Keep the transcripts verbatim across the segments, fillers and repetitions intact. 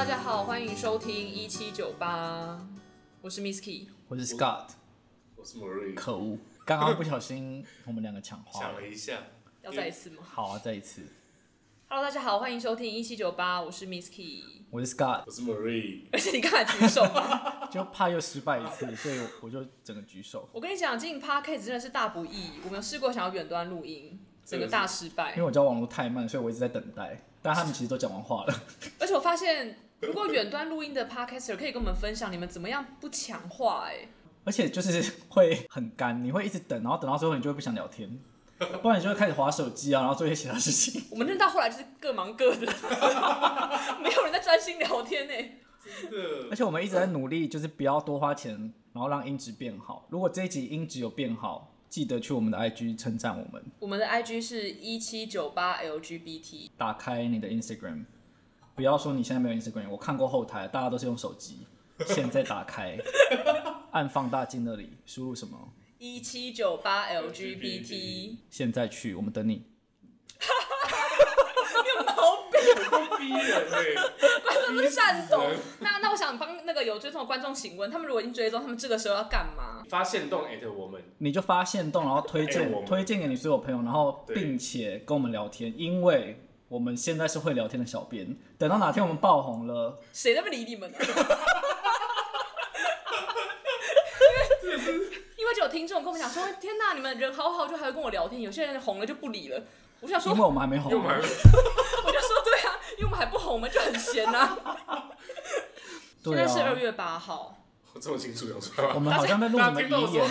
大家好，欢迎收听一七九八，我是 Misky， 我是 Scott， 我是 Marie。 可恶，刚刚不小心我们两个抢话想了一下， 要再一次吗？ 好啊，再一次。 Hello， 大家好，欢迎收听一七九八，我是 Misky， 我是 Scott， 我是 Marie。 而且你刚才举手， 就怕又失败一次，所以我就整个举手。 我跟你讲，经营 Podcast 真的是大不易，我们有试过想要远端录音，整个大失败。 因为我知道网络太慢，所以我一直在等待，但他们其实都讲完话了。 而且我发现，如果远端录音的 Podcaster 可以跟我们分享你们怎么样不强化、欸， 而且就是会很干，你会一直等，然后等到最后你就会不想聊天，不然你就会开始滑手机啊，然后做一些其他事情。 我们真的到后来就是各忙各的，没有人在专心聊天呢、欸。 真的。 而且我们一直在努力，就是不要多花钱，然后让音质变好。如果这一集音质有变好，记得去我们的 I G 称赞我们。 我们的 I G 是一七九八 L G B T。 打开你的 Instagram， 不要说你现在没有 Instagram， 我看过后台，大家都是用手机。现在打开，按放大镜那里，输入什么？ 一七九八 L G B T。 现在去，我们等你。 你有毛病！ 够逼人哎、欸！ 观众不是颤抖。那那我想帮那个有追踪的观众请问，他们如果已经追踪，他们这个时候要干嘛？ 发现动 at 我们， 你就发现动，然后推荐、 欸、 推荐给你所有朋友，然后并且跟我们聊天，因为我们现在是会聊天的小编。等到哪天我们爆红了， 谁在那理你们呢、啊？因为就有听众跟我们讲说，天哪，你们人好好，就还会跟我聊天。有些人红了就不理了。我想说， 因为我们还没红， 因为我们还没我就说对啊，因为我们还不红，我们就很闲啊。现在是二月八号。 我这么清楚讲出来吗？ 我们好像在录什么遗言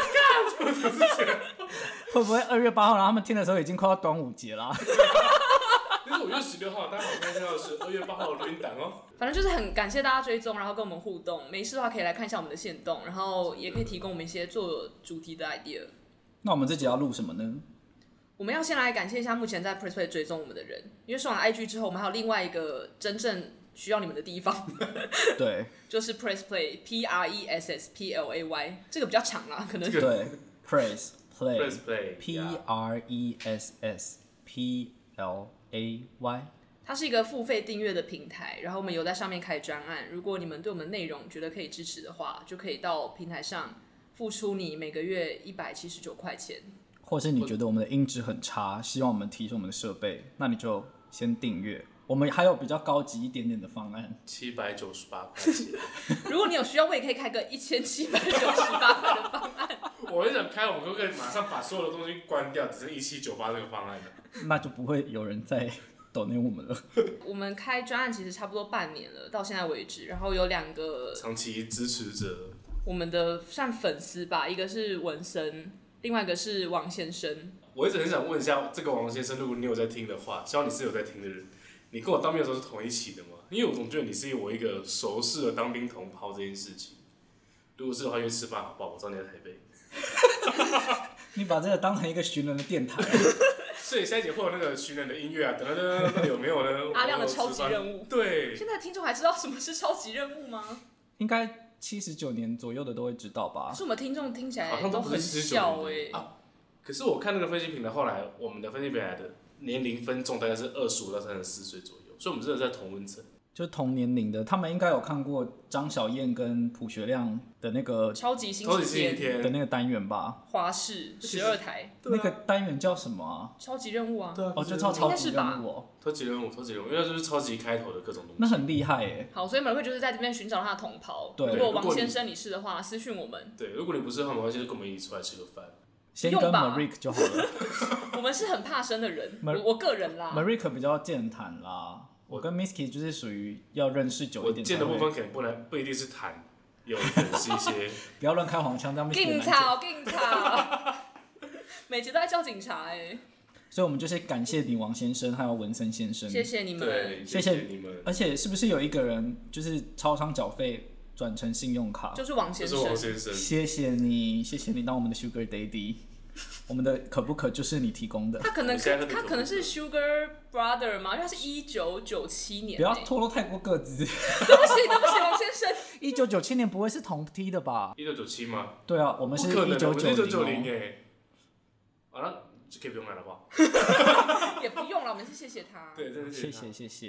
哦。会不会二月八号，然后他们听的时候已经快要端午节了？ 这是五月十六号，大家好看到的是二月八号的录音档哦。 反正就是很感谢大家追踪，然后跟我们互动。没事的话可以来看一下我们的限动，然后也可以提供我们一些做主题的 idea。 那我们这集要录什么呢？ 我们要先来感谢一下目前在 Press Play 追踪我们的人，因为上了 I G 之后，我们还有另外一个真正需要你们的地方， 对， 就是 Press Play P R E S S P L A Y， 这个比较长啦，可能对 Press Play Press Play P R E S S P L A Y， 它是一个付费订阅的平台，然后我们有在上面开专案，如果你们对我们的内容觉得可以支持的话，就可以到平台上付出你每个月一百七十九块钱。 或是你觉得我们的音质很差，希望我们提升我们的设备，那你就先订阅。我们还有比较高级一点点的方案， 七百九十八块钱。 如果你有需要，我也可以开个一千七百九十八块的方案。 我很想开，我们可不可以马上把所有的东西关掉，只剩一七九八这个方案了？ 那就不会有人再抖内我们了。 我们开专案其实差不多半年了，到现在为止，然后有两个长期支持者， 我们的算粉丝吧，一个是文森，另外一个是王先生。 我一直很想问一下，这个王先生，如果你有在听的话，希望你是有在听的人，你跟我当兵的时候是同一期的吗？因为我总觉得你是我一个熟识的当兵同袍这件事情。如果是的话，约吃饭好不好？我知道你在台北。 你把这个当成一个寻人的电台。 所以下一节会有那个寻人的音乐啊，等等等，有没有呢？ 阿亮的超级任务。 对。 现在听众还知道什么是超级任务吗？ 应该七十九年左右的都会知道吧？ 可是我们听众听起来好像都很小哎、欸啊。可是我看那个分析平台，后来我们的分析平台的年龄分众大概是二十五到三十四岁左右，所以我们真的在同温层。 就是同年龄的，他们应该有看过张小燕跟朴学亮的那个超级星期天的那个单元吧？ 华视十二台、 啊、那个单元叫什么啊？ 超级任务啊！ 对啊， 哦，就叫超级任务哦。 超级任务，超级任务，因为它就是超级开头的各种东西。 那很厉害耶。 好，所以 Marie 就是在这边寻找他的同袍。 对， 如果王先生你是的话，私讯我们。 对，如果你不是的话，没关系，就跟我们一起出来吃个饭。 先跟 Marie 就好了。 我们是很怕生的人，我我个人啦。 Marie 比较健谈啦。我跟 Misky 就是属于要认识久一点。 我见的部分可能不能不一定是谈，有可能是一些。 不要乱开黄腔，这样 Misky 警察，警察，每集都在叫警察哎、欸。 所以，我们就是感谢你王先生还有文森先生， 谢谢你们， 对， 谢谢你们。 而且，是不是有一个人就是超商缴费转成信用卡？ 就是王先生。 就是王先生。 谢谢你，谢谢你当我们的 Sugar Daddy。我们的可不可就是你提供的？ 他可能他可能是 Sugar Brother 吗？因为他是一九九七年、欸。 不要透露太过个资。 对不起，对不起，王先生。 一九九七年不会是同梯的吧？ 一九九七吗？ 对啊，我们是一九九零哎。啊，那就可以不用来了吧？ 也不用了，我们是谢谢他。 对，真的谢谢谢谢。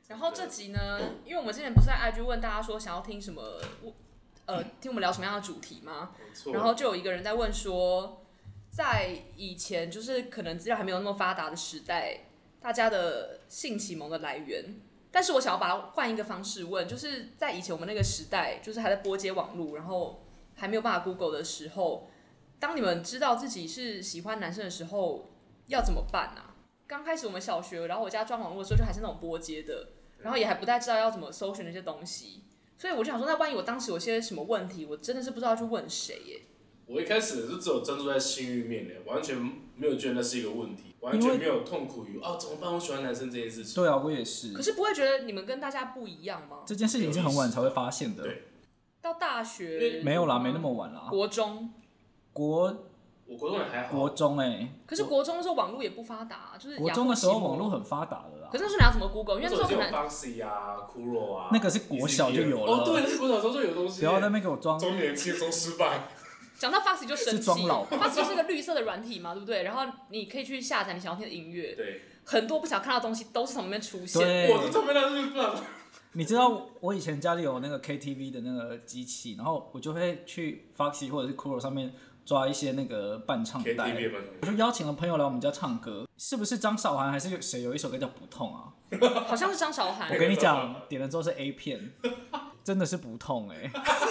然后这集呢，因为我们之前不是在 I G 问大家说想要听什么，呃，听我们聊什么样的主题吗？然后就有一个人在问说，在以前就是可能资料还没有那么发达的时代，大家的性启蒙的来源。但是我想要把它换一个方式问，就是在以前我们那个时代，就是还在拨接网络，然后还没有办法 Google 的时候，当你们知道自己是喜欢男生的时候，要怎么办啊？刚开始我们小学，然后我家装网络的时候就还是那种拨接的，然后也还不太知道要怎么搜寻那些东西，所以我就想说，那万一我当时有些什么问题，我真的是不知道去问谁耶。 我一开始就只有专注在性欲面的，完全没有觉得那是一个问题，完全没有痛苦于啊怎么办？我喜欢男生这件事情。 对啊，我也是。 可是不会觉得你们跟大家不一样吗？ 这件事情是很晚才会发现的。 对。 到大学没有啦，没那么晚啦。 国中。 国。 我国中也还好。 国中哎、欸。 可是国中的时候网络也不发达，就是国中的时候网络很发达的啦。 可是那时候你要怎么 Google？ 因为那时候可能 Foxy 啊、Kuro 啊， 那个是国小就有了。 哦，对，是国小时候就有东西。 不要在那边给我装。 中年轻中失败。 讲到 Foxy 就生气。 是装老。 Foxy 就是一个绿色的软体嘛，对不对？然后你可以去下载你想要听的音乐。 对。 很多不想看到的东西都是从那边出现。 我的特别那是不知道。 你知道我以前家里有那个 K T V 的那个机器，然后我就会去 Foxy 或者是 Kuro 上面抓一些那个伴唱带，我就邀请了朋友来我们家唱歌。是不是张韶涵还是谁有一首歌叫《不痛》啊？ 好像是张韶涵。 我跟你讲，点了之后是 A 片，真的是不痛哎、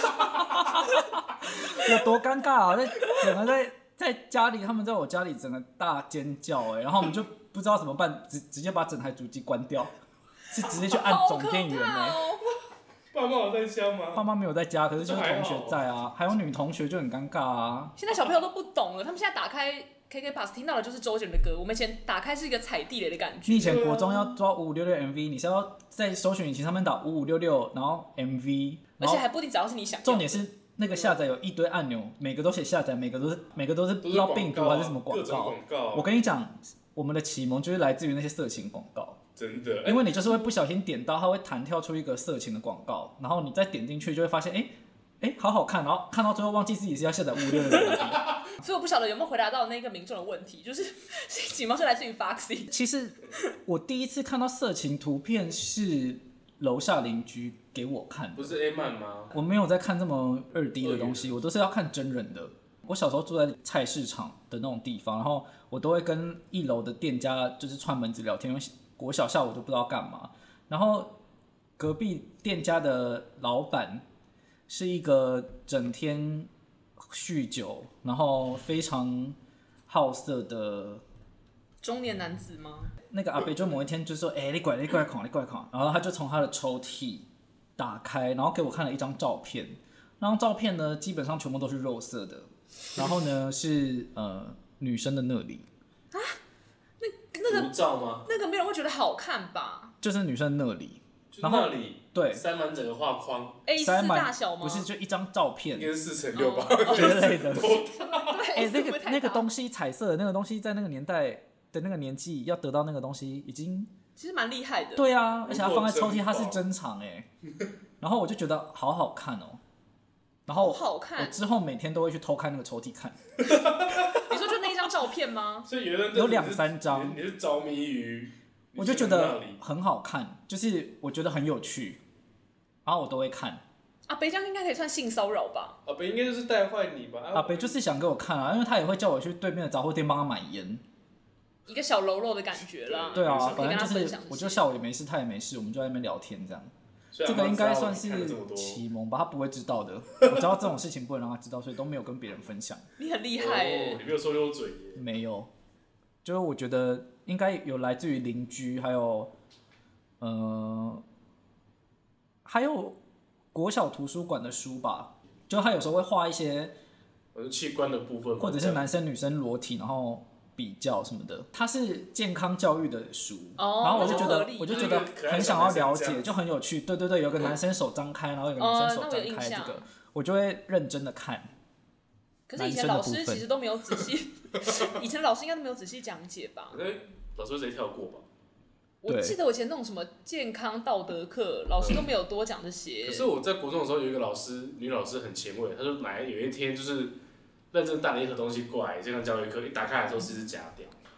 欸，有多尴尬啊！在整个在在家里，他们在我家里整个大尖叫哎、欸，然后我们就不知道怎么办，直直接把整台主机关掉。是直接去按总电源呢、欸。 爸妈有在家吗？ 爸妈没有在家，可是就是同学在啊，还有女同学就很尴尬啊。 现在小朋友都不懂了，他们现在打开 K K Bus 听到的就是周杰伦的歌，我们以前打开是一个踩地雷的感觉。 你以前国中要抓五五六六 M V， 你是要在搜寻引擎上面打五五六六，然后 M V， 而且还不一定只要是你想要的。 重点是那个下载有一堆按钮，每个都写下载，每个都是每个都是不知道病毒还是什么广告。 告我跟你讲，我们的启蒙就是来自于那些色情广告。 真的， 因为你就是会不小心点到，它会弹跳出一个色情的广告，然后你再点进去就会发现，哎、欸，哎、欸，好好看，然后看到最后忘记自己是要下载五六的问题。 所以我不晓得有没有回答到那个民众的问题，就是启蒙是来自于 Foxy。 其实我第一次看到色情图片是楼下邻居给我看， 不是 A 漫吗？ 我没有在看这么二 D 的东西，我都是要看真人的。我小时候住在菜市场的那种地方，然后我都会跟一楼的店家就是串门子聊天，因为国小下午就不知道干嘛，然后隔壁店家的老板是一个整天酗酒，然后非常好色的中年男子吗？ 那个阿伯就某一天就说：“哎、欸，你过来，你过来看，你过来看。”然后他就从他的抽屉打开，然后给我看了一张照片。那张照片呢，基本上全部都是肉色的，然后呢是呃女生的那里。 啊？那个照吗？ 那个没人会觉得好看吧？ 就是女生那里， 然后那里对塞满整个画框 ，A 四大小吗？ 不是，就一张照片， 应该是四乘六吧之类的。 哎、 欸，那个那个东西，彩色的那个东西，在那个年代的那个年纪，要得到那个东西，已经其实蛮厉害的。 对啊，而且它放在抽屉，它是珍藏哎。然后我就觉得好好看哦。然后好好看， 我之后每天都会去偷看那个抽屉看。 你说就那一张照片吗？ 所以有人有两三张， 你是着迷于， 我就觉得很好看，就是我觉得很有趣，然后我都会看。 阿北这样应该可以算性骚扰吧？ 阿北应该就是带坏你吧？ 阿北就是想给我看啊，因为他也会叫我去对面的杂货店帮他买烟， 一个小喽啰的感觉啦。 对啊，反正就是我就下午也没事，他也没事，我们就在那边聊天这样。这个应该算是启蒙吧，他不会知道的。我知道这种事情不能让他知道，所以都没有跟别人分享。 你很厉害耶、 哦！你没有说溜嘴耶？ 没有，就是我觉得应该有来自于邻居，还有呃，还有国小图书馆的书吧。就他有时候会画一些， 器官的部分， 或者是男生女生裸体，然后比较什么的，它是健康教育的书， 哦、 然后我就觉得，我就觉得很想要了解，就很有趣。对对对，有个男生手张开，然后有个女生手张开，这个、哦、我就会认真的看。 可是以前老师其实都没有仔细，以前老师应该都没有仔细讲解吧？ 老师直接跳过吧？ 我记得我以前那种什么健康道德课，老师都没有多讲这些。 可是我在国中的时候，有一个老师，女老师很前卫，她就来有一天就是。认真带了一盒东西过来，健康教育课一打开来之后是只假屌，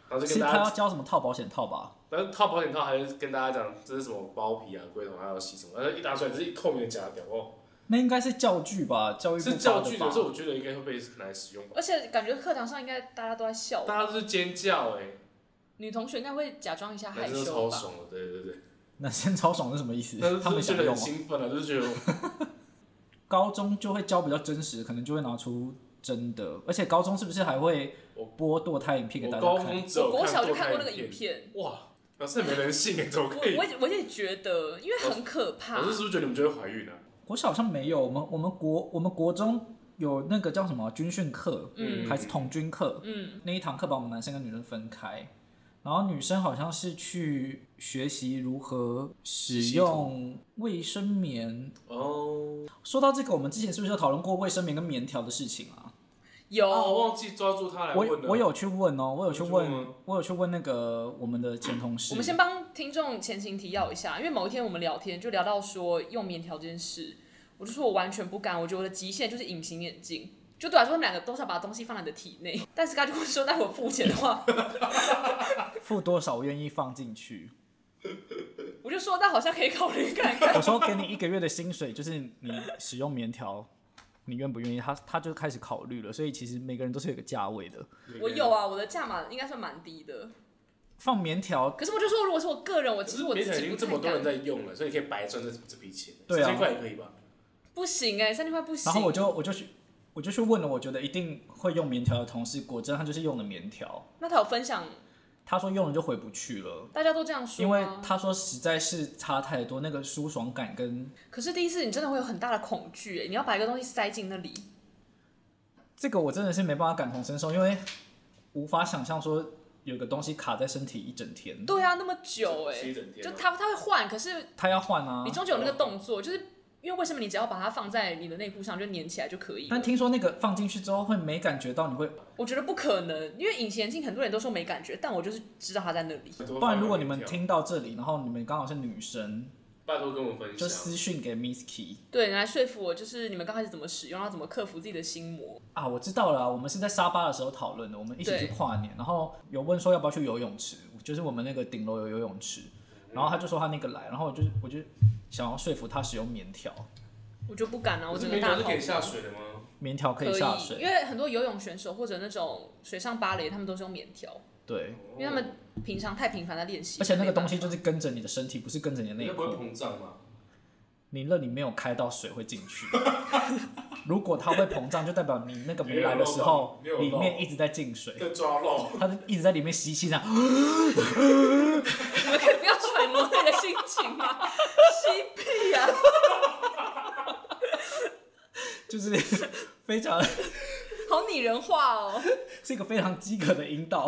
然后就跟大家是他要教什么套保险套吧？ 但是套保险套还是跟大家讲这是什么包皮啊、龟头还要洗什么，然后一拿出来这是一透明的假屌哦。 那应该是教具吧？教育部是教具的， 可是我觉得应该会被拿来使用吧。 而且感觉课堂上应该大家都在笑吧， 大家都是尖叫哎、欸， 女同学应该会假装一下害男生羞吧。 超爽的，对对对。 男生超爽是什么意思？ 但是他们就是觉得想用哦。 很兴奋啊，就是觉得高中就会教比较真实，可能就会拿出真的，而且高中是不是还会播堕胎影片给大家看？ 我高中只有我国小就看看过那个影影片， 哇，老师没人性哎，怎么可以？ 我我也我也觉得，因为很可怕。 老师是不是觉得你们就会怀孕啊？ 国小好像没有，我们我们国我们国中有那个叫什么军训课， 嗯还是统军课， 嗯， 那一堂课把我们男生跟女生分开，然后女生好像是去学习如何使用卫生棉。 哦， 说到这个，我们之前是不是有讨论过卫生棉跟棉条的事情啊？ 有、 啊，我忘记抓住他来问了。 我我有去问哦，我有去问你有去问吗， 我有去问那个我们的前同事。 我们先帮听众前情提要一下，因为某一天我们聊天就聊到说用棉条这件事，我就说我完全不敢，我觉得我的极限就是隐形眼镜。就对我来说，他们两个都是要把东西放在你的体内，但是他就会说，那我付钱的话， 付多少我愿意放进去。 我就说那好像可以考虑看看。 我说给你一个月的薪水，就是你使用棉条，你愿不愿意？他他就开始考虑了，所以其实每个人都是有个价位的。 我有啊，我的价码应该算蛮低的。 放棉条， 可是我就说，如果是我个人，我可是其实我自棉条已经己不太这么多人敢。 在用了，所以你可以白赚这这笔钱， 对啊三千块也可以吧？ 不行哎、欸，三千块不行。 然后我就我就去我就去问了，我觉得一定会用棉条的同事，果真他就是用的棉条。 那他有分享， 他说用了就回不去了。 大家都这样说因为吗？ 他说实在是差太多，那个舒爽感跟可是第一次你真的会有很大的恐惧哎，你要把一个东西塞进那里。 这个我真的是没办法感同身受，因为无法想象说有个东西卡在身体一整天， 对啊，那么久哎、 是一整天吗就他他会换，可是他要换啊你。中间有那个动作，就是因为为什么你只要把它放在你的内裤上就粘起来就可以了？ 但听说那个放进去之后会没感觉到，你会我觉得不可能，因为隐形眼镜很多人都说没感觉，但我就是知道它在那里。 不然如果你们听到这里，然后你们刚好是女生， 拜托跟我们分享， 就私讯给 Misky 对，你来说服我，就是你们刚开始怎么使用，然后怎么克服自己的心魔。 啊，我知道了啊，我们是在沙巴的时候讨论的，我们一起去对跨年，然后有问说要不要去游泳池，就是我们那个顶楼有游泳池，然后他就说他那个来，然后我就我就想要说服他使用棉条， 我就不敢了、啊，我可是整个大跑棉条是可以下水的吗？ 棉条可可以下水， 因为很多游泳选手或者那种水上芭蕾，他们都是用棉条， 对， 因为他们平常太频繁的练习。 而且那个东西没办法就是跟着你的身体，不是跟着你的内那不会裤。 膨胀吗？ 你那里没有开到水会进去，如果它会膨胀，就代表你那个没来的时候， 没有漏里面一直在进水， 在抓漏。 它就一直在里面吸气，这样。 你们可以不要揣摩自己的心情吗？吸屁呀、啊！ 就是非常好拟人化哦。 是一个非常饥渴的引导。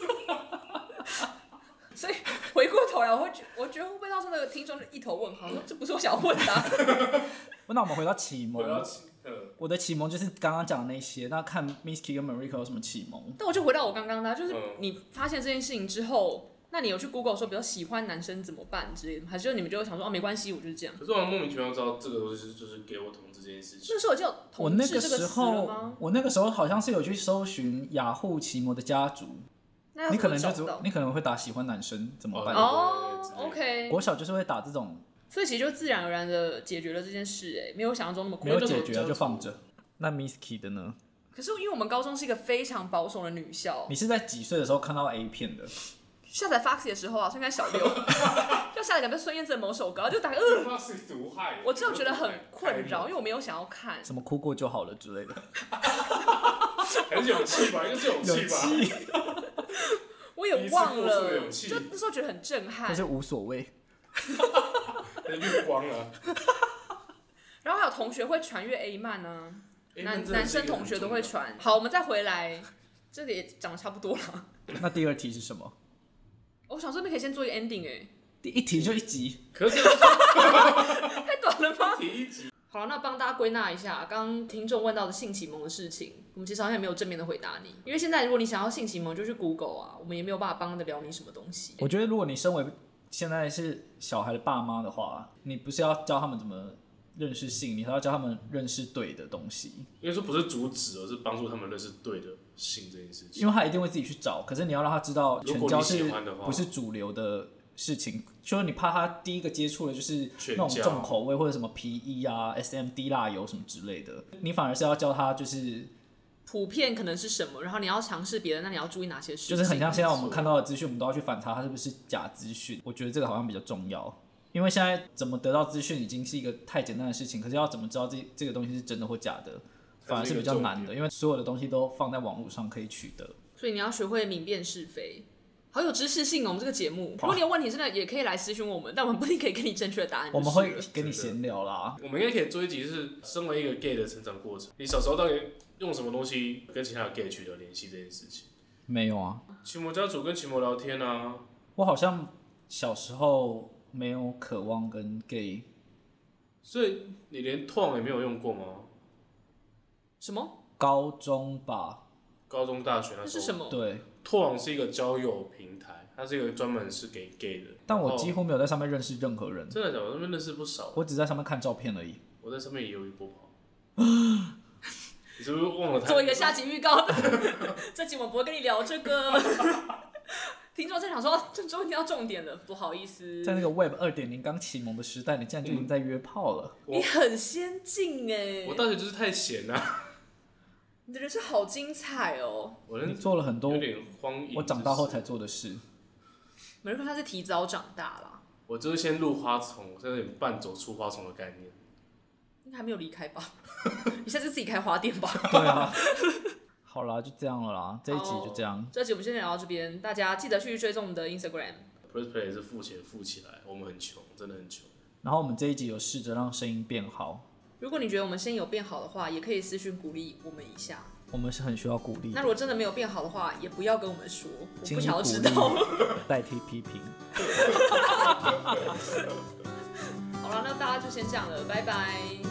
所以回过头来，我会觉，我觉得会不会到时候那个听众就一头问号，说这不是我想要问的、啊。 那我们回到启蒙我，要起，嗯， 我的启蒙就是刚刚讲的那些。那看 Misky 跟 Mariko 有什么启蒙？ 但我就回到我刚刚的、啊，就是嗯你发现这件事情之后，那你有去 Google 说比较喜欢男生怎么办之类的吗？还是就你们就会想说哦没关系，我就是这样。 可是我莫名其妙知道这个东西就是给我同志这件事情。 那时候就有我同那个志这个词了时候吗？， 我那个时候好像是有去搜寻雅虎奇摩的家族， 那要你可能就只怎么找到你可能会打喜欢男生怎么办？ 哦对对对 ，OK， 国小就是会打这种， 所以其实就自然而然的解决了这件事，哎，没有想象中那么没有困难。 解决啊就放着。那 Misky 的呢？ 可是因为我们高中是一个非常保守的女校， 你是在几岁的时候看到 A 片的？ 下载 Foxy 的时候啊，所以应该小六，就下载感觉孙燕姿的某首歌，就打开，呃， 他是毒害。 我只有觉得很困扰，因为我没有想要看。 什么哭过就好了之类的？ 还是勇气吧，应该是勇气吧。 我也忘第一次过是了， 勇气就那时候觉得很震撼就。是无所谓。 月光啊。 然后还有同学会传阅 A 漫啊，男 A 漫真的男是一个很生同学都会重传。好，我们再回来，这个也讲的差不多了。 那第二题是什么？ 我想说，这边可以先做一个 ending 哎、 第一题就一集， 要。可是太短了吗？ 第一集好，那帮大家归纳一下，刚刚听众问到的性启蒙的事情，我们其实好像也没有正面的回答你，因为现在如果你想要性启蒙，就去 Google 啊，我们也没有办法帮得了你什么东西。 我觉得如果你身为现在是小孩的爸妈的话，你不是要教他们怎么认识性，你还要教他们认识对的东西。 应该说不是阻止，而是帮助他们认识对的性这件事情， 因为他一定会自己去找，可是你要让他知道全交是不是主流的事情，就是你怕他第一个接触的就是那种重口味或者什么皮衣啊、S M D 辣油什么之类的，你反而是要教他就是普遍可能是什么，然后你要尝试别的，那你要注意哪些事情？ 就是很像现在我们看到的资讯，我们都要去反查它是不是假资讯。我觉得这个好像比较重要，因为现在怎么得到资讯已经是一个太简单的事情，可是要怎么知道这这个东西是真的或假的，反而是比较难的，因为所有的东西都放在网络上可以取得。 所以你要学会明辨是非。好有知识性哦！我们这个节目，如果你有问题，真的也可以来私讯我们，但我们不一定可以给你正确的答案。 我们会跟你闲聊啦。 我们应该可以做一集，是身为一个 gay 的成长过程。你小时候到底用什么东西跟其他的 gay 取得联系这件事情？ 没有啊。 奇摩家族跟奇摩聊天啊。 我好像小时候没有渴望跟 gay， 所以你连 Tong 也没有用过吗？ 什么？ 高中吧。 高中、大学那时候。 那是什么？ 对。 Tong 是一个交友平台，它是一个专门是给 gay 的。 但我几乎没有在上面认识任何人。 真的假的？我那边认识不少。 我只在上面看照片而已。 我在上面也有一波跑。你是不是忘了他？ 做一个下集预告的，这集我们不会跟你聊这个。听众在想说，这终于听到重点了，不好意思。 在那个 Web 二点零刚启蒙的时代，你竟然就已经在约炮了。 嗯、你很先进哎！ 我大学就是太闲了、啊。 你的人生好精彩哦！ 我你做了很多有点荒淫， 我长大后才做的事。 没人说他是提早长大啦。 我就是先入花丛，在那里半走出花丛的概念。 应该还没有离开吧？你下次自己开花店吧。 对啊。好啦，就这样了啦，这一集就这样。 这集我们先聊到这边，大家记得去追踪我们的 Instagram。Press Play 是付钱付起来，我们很穷，真的很穷。 然后我们这一集有试着让声音变好。 如果你觉得我们声音有变好的话，也可以私讯鼓励我们一下。 我们是很需要鼓励。 那如果真的没有变好的话，也不要跟我们说，我不想要知道。 代替批评。 好了，那大家就先这样了，拜拜。